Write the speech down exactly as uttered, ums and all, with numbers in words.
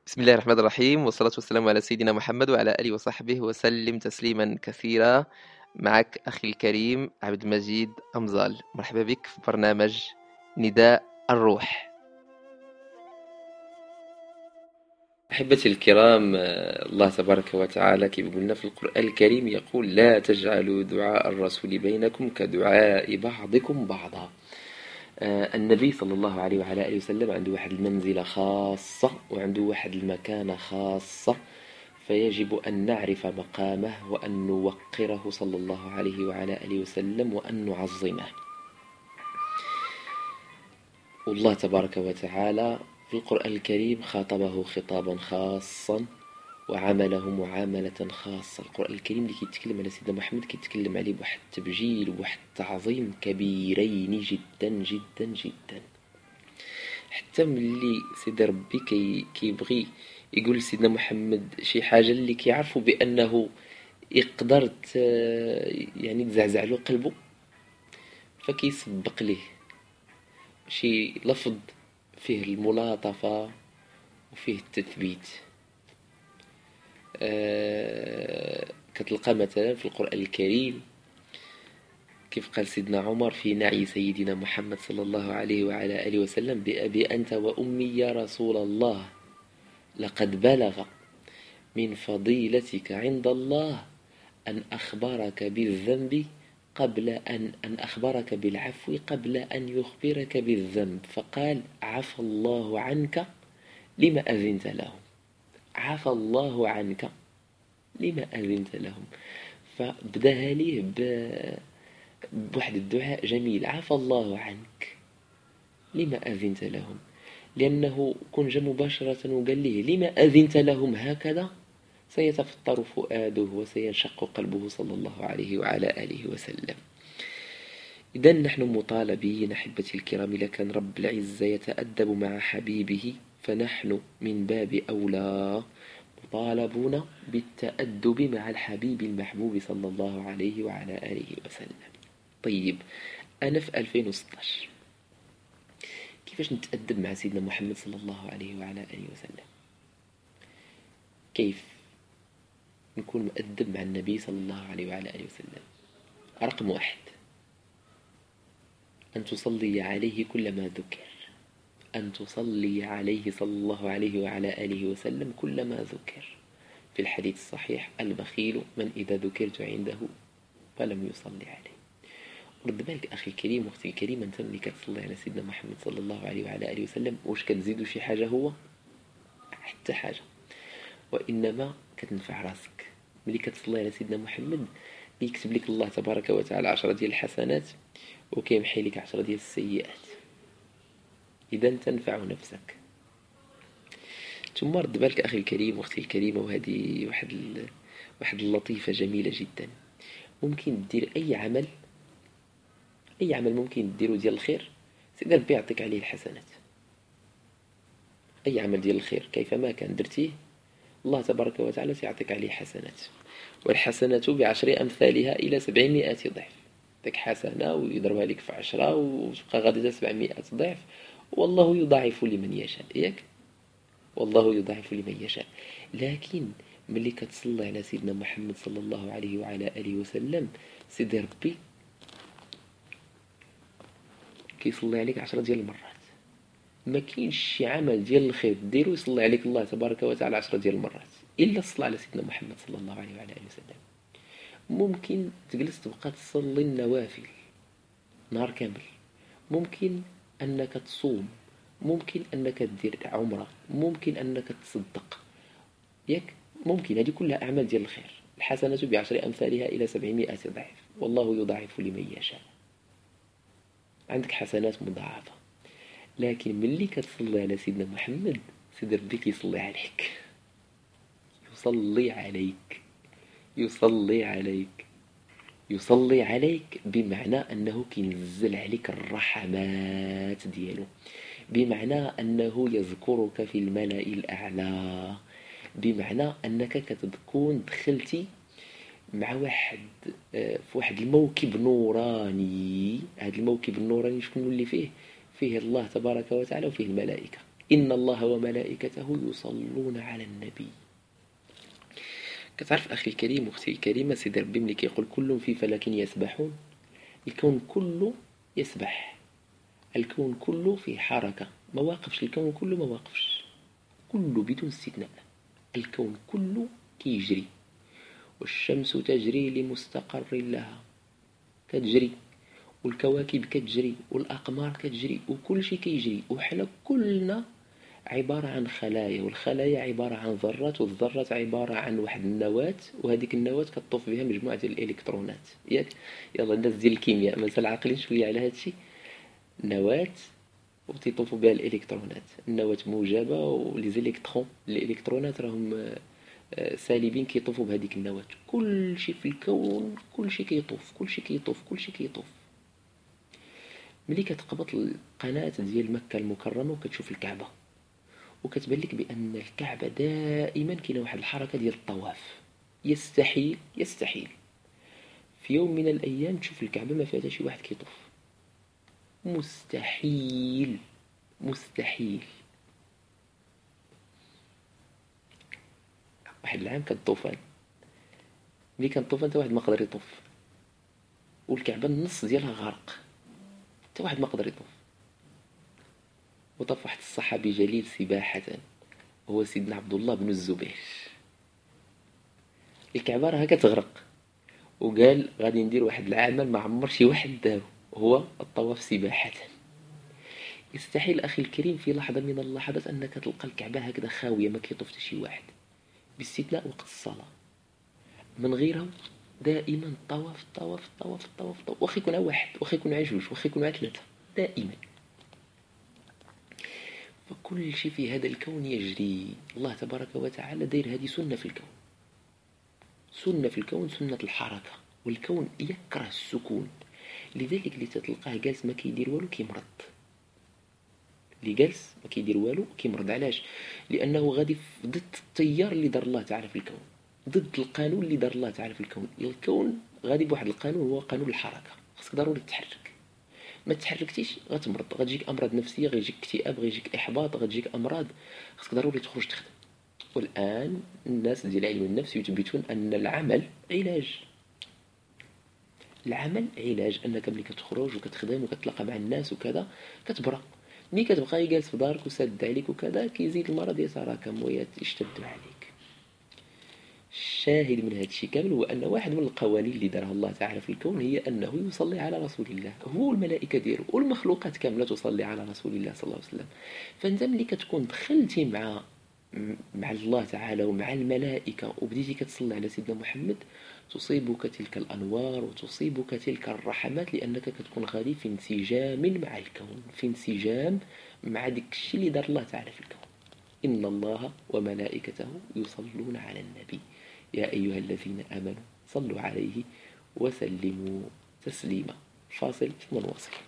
بسم الله الرحمن الرحيم، والصلاة والسلام على سيدنا محمد وعلى آله وصحبه وسلم تسليما كثيرا. معك أخي الكريم عبد المجيد أمزال، مرحبا بك في برنامج نداء الروح. أحبتي الكرام، الله تبارك وتعالى كيف قلنا في القرآن الكريم يقول: لا تجعلوا دعاء الرسول بينكم كدعاء بعضكم بعضا. آه، النبي صلى الله عليه وعلى آله وسلم عنده واحد المنزلة خاصة وعنده واحد المكانة خاصة، فيجب أن نعرف مقامه وأن نوقره صلى الله عليه وعلى آله وسلم وأن نعظمه. والله تبارك وتعالى في القرآن الكريم خاطبه خطابا خاصا وعامله معاملة خاصة. القرآن الكريم اللي كيتكلم على سيدنا محمد كيتكلم عليه بواحد التبجيل وواحد التعظيم كبيرين جدا جدا جدا، حتى ملي سيدي ربي كي كيبغي يقول لسيدنا محمد شي حاجة اللي كيعرفوا بأنه يقدر ت- يعني تزعزع له قلبه، فكيسبق ليه شي لفظ فيه الملاطفة وفيه التثبيت. آه، كتلقى مثلا في القرآن الكريم كيف قال سيدنا عمر في نعي سيدنا محمد صلى الله عليه وعلى آله وسلم: بأبي أنت وأمي يا رسول الله، لقد بلغ من فضيلتك عند الله أن أخبرك بالذنب قبل أن أن أخبرك بالعفو قبل أن يخبرك بالذنب، فقال: عفى الله عنك لما أذنت لهم. عفى الله عنك لما أذنت لهم. فبداها ليه بواحد الدعاء جميل: عفى الله عنك لما أذنت لهم، لأنه كن جا مباشرة وقال له لما أذنت لهم هكذا سيتفطر فؤاده وسينشق قلبه صلى الله عليه وعلى آله وسلم. إذا نحن مطالبين أحبتي الكرام، إذا كان رب العزة يتأدب مع حبيبه فنحن من باب أولى مطالبون بالتأدب مع الحبيب المحبوب صلى الله عليه وعلى آله وسلم. طيب، أنا في ألفين وستة عشر كيفاش نتأدب مع سيدنا محمد صلى الله عليه وعلى آله وسلم؟ كيف نكون مؤدب مع النبي صلى الله عليه وعلى آله وسلم؟ رقم واحد: أن تصلي عليه كلما ذكر. أن تصلي عليه صلى الله عليه وعلى آله وسلم كلما ذكر. في الحديث الصحيح: البخيل من إذا ذكرت عنده فلم يصلي عليه. رد بالك أخي الكريم واختي الكريمة، أنت ملي كتصلي على سيدنا محمد صلى الله عليه وعلى آله وسلم واش كتزيدو شي حاجة؟ هو حتى حاجة، وإنما كتنفع راسك. ملي كتصلي على سيدنا محمد يكتب لك الله تبارك وتعالى عشرة ديال الحسنات وكيمحي لك عشرة ديال السيئات. إذا تنفع نفسك. ثم رد بالك أخي الكريم واختي الكريمة، وهذه واحد ال... واحد اللطيفة جميلة جدا. ممكن دير أي عمل، أي عمل ممكن ديرو ديال الخير، سيدي ربي يعطيك عليه الحسنات. أي عمل ديال الخير كيفما كان درتيه الله تبارك وتعالى سيعطيك عليه حسنات، والحسنة بعشر أمثالها إلى سبعمائة ضعف. ديك حسنة ويضربها لك في عشرة وتبقى غادي سبعمائة ضعف، والله يضاعف لمن يشاء. ياك والله يضاعف لمن يشاء. لكن ملي كتصلي على سيدنا محمد صلى الله عليه وعلى آله وسلم سيدي ربي كيصلي عليك عشرة ديال المرات. ما كاينش شي عمل ديال الخير ديرو يصلي عليك الله تبارك وتعالى عشرة ديال المرات الا الصلاه على سيدنا محمد صلى الله عليه وعلى اله وسلم. ممكن تجلس تبقى تصلي النوافل نهار كامل، ممكن انك تصوم، ممكن انك دير عمره، ممكن انك تصدق. ياك ممكن، هذه كلها اعمال ديال الخير. الحسنه بعشر امثالها الى سبعمائة ضعف، والله يضاعف لمن يشاء. عندك حسنات مضاعفه. لكن ملي كتصلي على سيدنا محمد سيدي ربي كيصلي عليك، يصلي عليك يصلي عليك يصلي عليك بمعنى أنه كينزل عليك الرحمات ديالو، بمعنى أنه يذكرك في الملأ الأعلى، بمعنى أنك كتكون دخلتي مع واحد في واحد الموكب نوراني. هذا الموكب النوراني شكون اللي فيه؟ فيه الله تبارك وتعالى وفيه الملائكة. إن الله وملائكته يصلون على النبي. كتعرف أخي الكريم أختي الكريمة، سيدي ربي ملي كيقول كل في فلك يسبحون، الكون كله يسبح، الكون كله في حركة، ما واقفش، الكون كله ما واقفش، كله بدون استثناء، الكون كله كيجري. والشمس تجري لمستقر لها، كتجري، والكواكب كتجري، والأقمار كتجري، وكل شيء كيجري، وحنا كلنا عبارة عن خلايا، والخلايا عبارة عن ذرات، والذرات عبارة عن واحد النواة، وهذيك النواة كتطوف بها مجموعة ديال الإلكترونات. ياك يلا الناس ديال الكيمياء مثلا عاقلين شوية على هادشي. نواة وتيطوفوا بها الإلكترونات، النواة موجبة ولي زيليكترون الإلكترونات راهم سالبين كيطوفوا بهذيك النواة. كل شيء في الكون كل شيء كيطوف، كل شيء كيطوف، كل شيء كيطوف. ملي كتقبط القناة ديال مكة المكرمة وكتشوف الكعبة، وكتبان لك بأن الكعبة دائما كاينه واحد الحركة ديال الطواف. يستحيل يستحيل في يوم من الأيام تشوف الكعبة ما فيها شي واحد كيطوف، مستحيل مستحيل. واحد العام كان الطوفان، ملي كان الطوفان حتى واحد ما قدر يطوف، والكعبة النص ديالها غرق، حتى واحد ما قدر يطوف. وطاف واحد الصحابي جليل سباحة، هو سيدنا عبد الله بن الزبير. الكعبة راها كتغرق، وقال غادي ندير واحد العمل ما عمر شي واحد دارو، هو الطواف سباحة. يستحيل أخي الكريم في لحظة من اللحظات أنك تلقى الكعبة هكذا خاوية ما كيطوف حتى شي واحد، باستثناء وقت الصلاة. من غيرها دائما الطواف الطواف الطواف الطواف الطواف، واخا يكون واحد، واخا يكون عجوج، واخا يكون ثلاثة، دائما. فكل شيء في هذا الكون يجري. الله تبارك وتعالى داير هذه سنة في الكون، سنة في الكون، سنة الحركة. والكون يكره السكون، لذلك اللي تتلقاه جالس ما كيدير والو كيمرض، اللي جالس ما كيدير والو كيمرض. علاش؟ لأنه غادي ضد التيار اللي دار الله تعالى في الكون، ضد القانون اللي دار الله تعالى في الكون. الكون غادي بواحد القانون، هو قانون الحركة، خاصك ضروري تتحرك. ما تحركتيش غتمرض، غتجيك امراض نفسيه، غيجيك اكتئاب، غيجيك احباط، غتجيك امراض، خاصك ضروري تخرج تخدم. والان الناس ديال علم النفس يثبتون ان العمل علاج، العمل علاج، انك ملي كتخرج وكتخدم وكتلاقى مع الناس وكذا كتبرى. ملي كتبقى جالس في دارك وساد عليك وكذا كيزيد المرض يتراكم ويشتد عليك. الشاهد من هذا الشيء كامل هو أن واحد من القوانين اللي دارها الله تعالى في الكون هي أنه يصلي على رسول الله، هو والملائكة ديالو والمخلوقات كاملة تصلي على رسول الله صلى الله عليه وسلم. فأنت ملي كتكون دخلتي مع مع الله تعالى ومع الملائكة وبديتي كتصلي على سيدنا محمد، تصيبك تلك الأنوار وتصيبك تلك الرحمات، لأنك كتكون غادي في انسجام مع الكون، في انسجام مع ديك الشيء اللي دار الله تعالى في الكون. إن الله وملائكته يصلون على النبي يا أيها الذين آمنوا صلوا عليه وسلموا تسليما. فاصل ثم نواصل.